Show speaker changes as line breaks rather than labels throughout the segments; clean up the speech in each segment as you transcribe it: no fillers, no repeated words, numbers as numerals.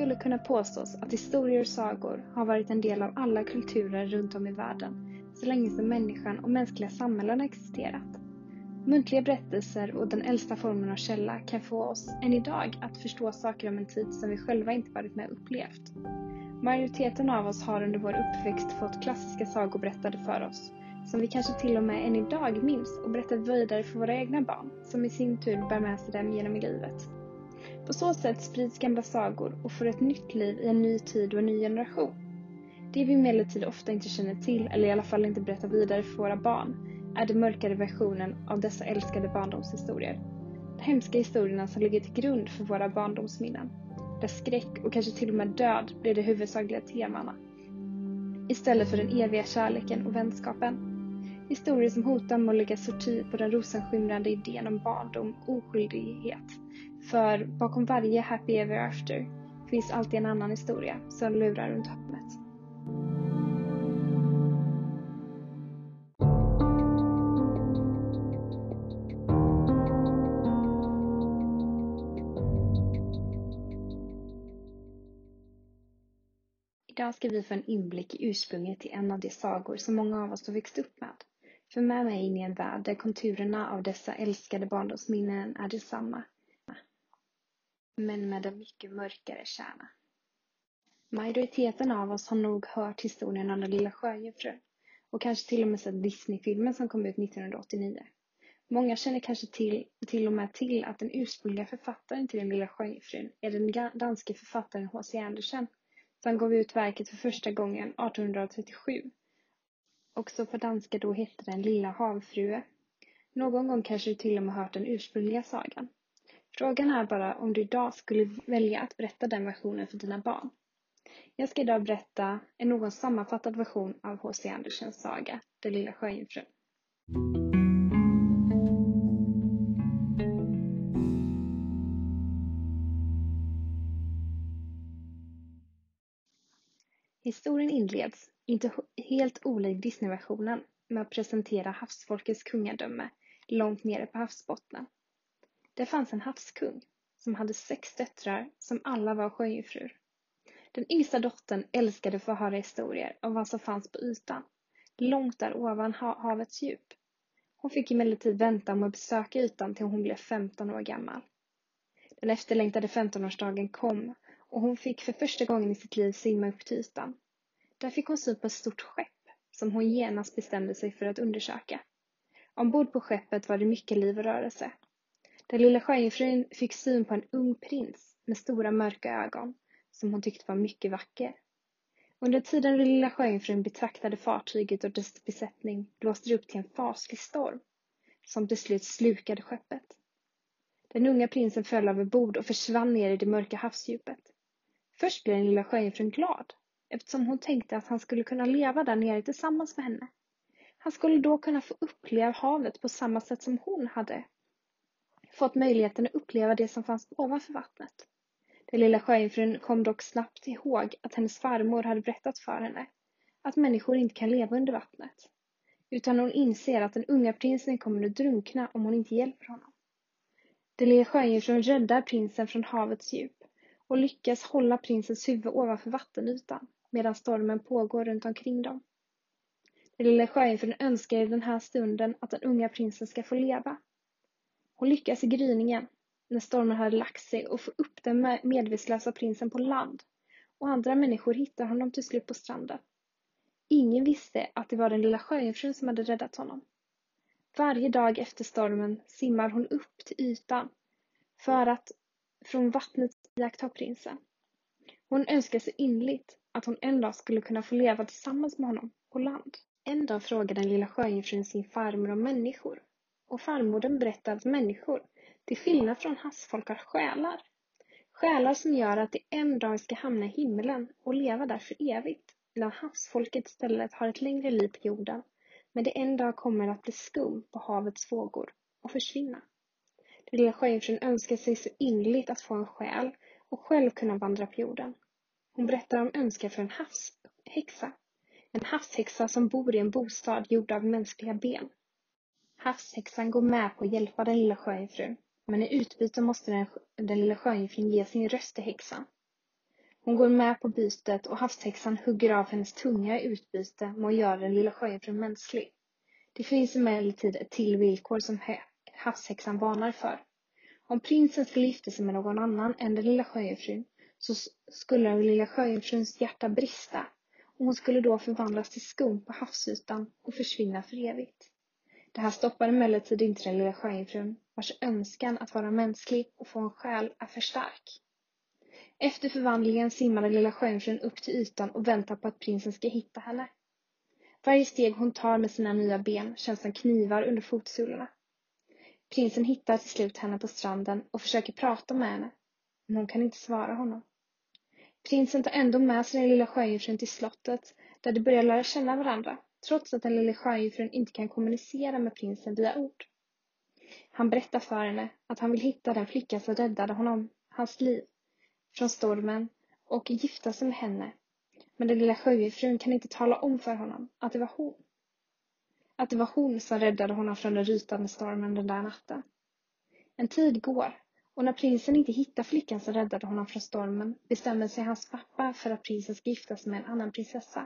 skulle kunna påstås att historier och sagor har varit en del av alla kulturer runt om i världen så länge som människan och mänskliga samhällen har existerat. Muntliga berättelser och den äldsta formen av källa kan få oss än idag att förstå saker om en tid som vi själva inte varit med och upplevt. Majoriteten av oss har under vår uppväxt fått klassiska sagor berättade för oss, som vi kanske till och med än idag minns och berättar vidare för våra egna barn, som i sin tur bär med sig dem genom i livet. På så sätt sprids gamla sagor och får ett nytt liv i en ny tid och en ny generation. Det vi emellertid ofta inte känner till, eller i alla fall inte berättar vidare för våra barn, är den mörkare versionen av dessa älskade barndomshistorier. De hemska historierna som ligger till grund för våra barndomsminnen, där skräck och kanske till och med död blir de huvudsakliga temana, istället för den eviga kärleken och vänskapen. Historier som hotar med att lägga sorti på den rosenskimrande idén om barndom och oskyldighet. För bakom varje happy ever after finns alltid en annan historia som lurar runt hörnet. Idag ska vi få en inblick i ursprunget till en av de sagor som många av oss har växt upp med. För med mig in i en värld där konturerna av dessa älskade barndomsminnen är detsamma, men med en mycket mörkare kärna. Majoriteten av oss har nog hört historien om den lilla sjöjungfrun och kanske till och med sett Disney-filmen som kom ut 1989. Många känner kanske till och med till att den ursprungliga författaren till den lilla sjöjungfrun är den danske författaren H.C. Andersen, som gav ut verket för första gången 1837. Också på danska då hette den Lilla havfrue. Någon gång kanske du till och med hört den ursprungliga sagan. Frågan är bara om du idag skulle välja att berätta den versionen för dina barn. Jag ska idag berätta en någon sammanfattad version av H.C. Andersens saga, Den lilla sjöjungfrun. Historien inleds, inte helt olik Disney-versionen, med att presentera havsfolkets kungadöme långt nere på havsbottnen. Det fanns en havskung som hade 6 döttrar som alla var sjöjungfrur. Den yngsta dottern älskade att få höra historier om vad som fanns på ytan, långt där ovan havets djup. Hon fick emellertid vänta med att besöka ytan till hon blev 15 år gammal. Den efterlängtade 15-årsdagen kom och hon fick för första gången i sitt liv simma upp till ytan. Där fick hon syn på ett stort skepp som hon genast bestämde sig för att undersöka. Ombord på skeppet var det mycket liv och rörelse. Den lilla sjöjungfrun fick syn på en ung prins med stora mörka ögon som hon tyckte var mycket vacker. Under tiden den lilla sjöjungfrun betraktade fartyget och dess besättning blåste det upp till en faslig storm som till slut slukade skeppet. Den unga prinsen föll över bord och försvann ner i det mörka havsdjupet. Först blev den lilla sjöjungfrun glad, eftersom hon tänkte att han skulle kunna leva där nere tillsammans med henne. Han skulle då kunna få uppleva havet på samma sätt som hon hade fått möjligheten att uppleva det som fanns ovanför vattnet. Den lilla sjöjungfrun kom dock snabbt ihåg att hennes farmor hade berättat för henne att människor inte kan leva under vattnet, utan hon inser att den unga prinsen kommer att drunkna om hon inte hjälper honom. Den lilla sjöjungfrun räddar prinsen från havets djup och lyckas hålla prinsens huvud ovanför vattenytan medan stormen pågår runt omkring dem. Den lilla sjöjungfrun önskar i den här stunden att den unga prinsen ska få leva. Hon lyckas i gryningen när stormen hade lagt sig och få upp den medvetslösa prinsen på land, och andra människor hittar honom till slut på stranden. Ingen visste att det var den lilla sjöjungfrun som hade räddat honom. Varje dag efter stormen simmar hon upp till ytan för att från vattnet iaktta prinsen. Hon önskar så innerligt att hon en dag skulle kunna få leva tillsammans med honom på land. En dag frågade den lilla sjöjungfrun sin farmor om människor, och farmodern berättade att människor, till skillnad från havsfolk, har själar. Själar som gör att de en dag ska hamna i himlen och leva där för evigt, medan havsfolket istället har ett längre liv på jorden, men det en dag kommer att bli skum på havets vågor och försvinna. Den lilla sjöjungfrun önskar sig så innerligt att få en själ och själv kunna vandra på jorden. Hon berättar om önskar för en havshäxa. En havshäxa som bor i en bostad gjord av mänskliga ben. Havshäxan går med på att hjälpa den lilla sjöjungfrun, men i utbyte måste den lilla sjöjungfrun ge sin röst till häxan. Hon går med på bytet och havshäxan hugger av hennes tunga i utbyte med att göra den lilla sjöjungfrun mänsklig. Det finns emellertid ett till villkor som havshäxan varnar för. Om prinsen skulle gifta sig med någon annan än den lilla sjöjungfrun så skulle den lilla sjöjungfruns hjärta brista och hon skulle då förvandlas till skum på havsytan och försvinna för evigt. Det här stoppar emellertid inte den lilla sjöjungfrun vars önskan att vara mänsklig och få en själ är för stark. Efter förvandlingen simmar den lilla sjöjungfrun upp till ytan och väntar på att prinsen ska hitta henne. Varje steg hon tar med sina nya ben känns som knivar under fotsulorna. Prinsen hittar till slut henne på stranden och försöker prata med henne, men hon kan inte svara honom. Prinsen tar ändå med sig den lilla sjöjungfrun till slottet där de börjar lära känna varandra, trots att den lilla sjöjungfrun inte kan kommunicera med prinsen via ord. Han berättar för henne att han vill hitta den flicka som räddade honom, hans liv, från stormen och gifta sig med henne. Men den lilla sjöjungfrun kan inte tala om för honom att det var hon. Att det var hon som räddade honom från den rytande stormen den där natten. En tid går och när prinsen inte hittar flickan som räddade honom från stormen bestämmer sig hans pappa för att prinsen ska gifta sig med en annan prinsessa.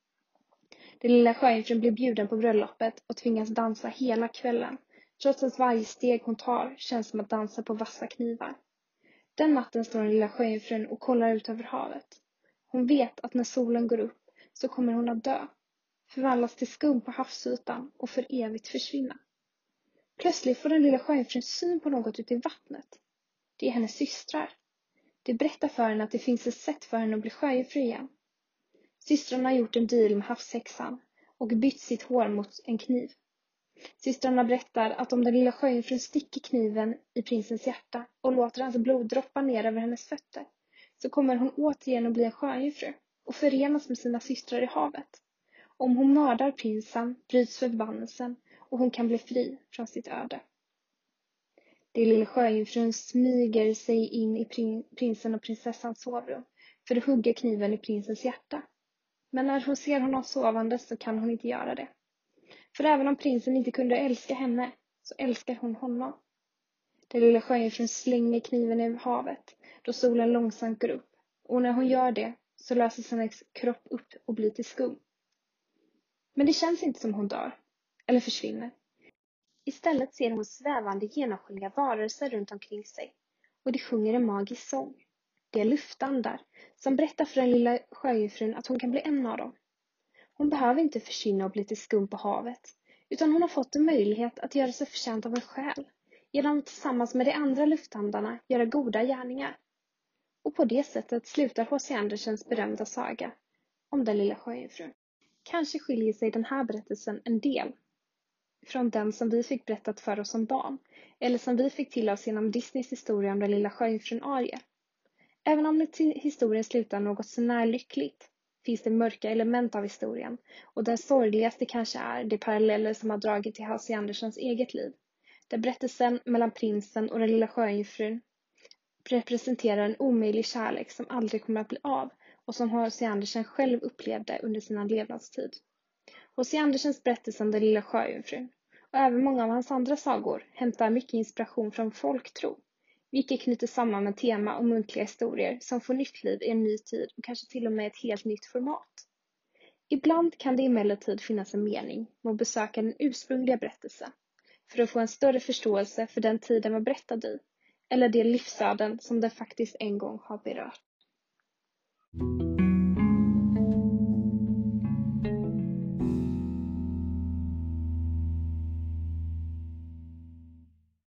Den lilla sjöjungfrun blir bjuden på bröllopet och tvingas dansa hela kvällen, trots att varje steg hon tar känns som att dansa på vassa knivar. Den natten står den lilla sjöjungfrun och kollar ut över havet. Hon vet att när solen går upp så kommer hon att dö, förvandlas till skum på havsytan och för evigt försvinna. Plötsligt får den lilla sjöjungfrun syn på något ute i vattnet. Det är hennes systrar. De berättar för henne att det finns ett sätt för henne att bli sjöjungfru igen. Systrarna har gjort en deal med havshäxan och bytt sitt hår mot en kniv. Systrarna berättar att om den lilla sjöjungfrun sticker kniven i prinsens hjärta och låter hans blod droppa ner över hennes fötter så kommer hon återigen att bli en sjöjungfru och förenas med sina systrar i havet. Om hon mördar prinsen bryts förbannelsen och hon kan bli fri från sitt öde. Den lilla sjöjungfrun smyger sig in i prinsen och prinsessans sovrum för att hugga kniven i prinsens hjärta. Men när hon ser honom sovande så kan hon inte göra det. För även om prinsen inte kunde älska henne så älskar hon honom. Den lilla sjöjungfrun slänger kniven i havet då solen långsamt går upp. Och när hon gör det så löses hennes kropp upp och blir till skum. Men det känns inte som hon dör eller försvinner. Istället ser hon svävande genomskinliga varelser runt omkring sig och de sjunger en magisk sång. Det är luftandar som berättar för den lilla sjöjungfrun att hon kan bli en av dem. Hon behöver inte försvinna och bli till skum på havet, utan hon har fått en möjlighet att göra sig förtjänt av en själ genom att tillsammans med de andra luftandarna göra goda gärningar. Och på det sättet slutar H.C. Andersens berömda saga om den lilla sjöjungfrun. Kanske skiljer sig den här berättelsen en del från den som vi fick berättat för oss som barn, eller som vi fick till oss genom Disneys historia om den lilla sjöjungfrun Ariel. Även om historien slutar något sånär lyckligt, finns det mörka element av historien, och den sorgligaste kanske är de paralleller som har dragit till H.C. Andersens eget liv, där berättelsen mellan prinsen och den lilla sjöjungfrun representerar en omöjlig kärlek som aldrig kommer att bli av och som H.C. Andersen själv upplevde under sin levnadstid. H.C. Andersens berättelse om den lilla sjöjungfrun och även många av hans andra sagor hämtar mycket inspiration från folktro, vilket knyter samman med tema och muntliga historier som får nytt liv i en ny tid och kanske till och med ett helt nytt format. Ibland kan det emellertid finnas en mening med att besöka den ursprungliga berättelsen för att få en större förståelse för den tid den var berättad i eller de livsöden som den faktiskt en gång har berört.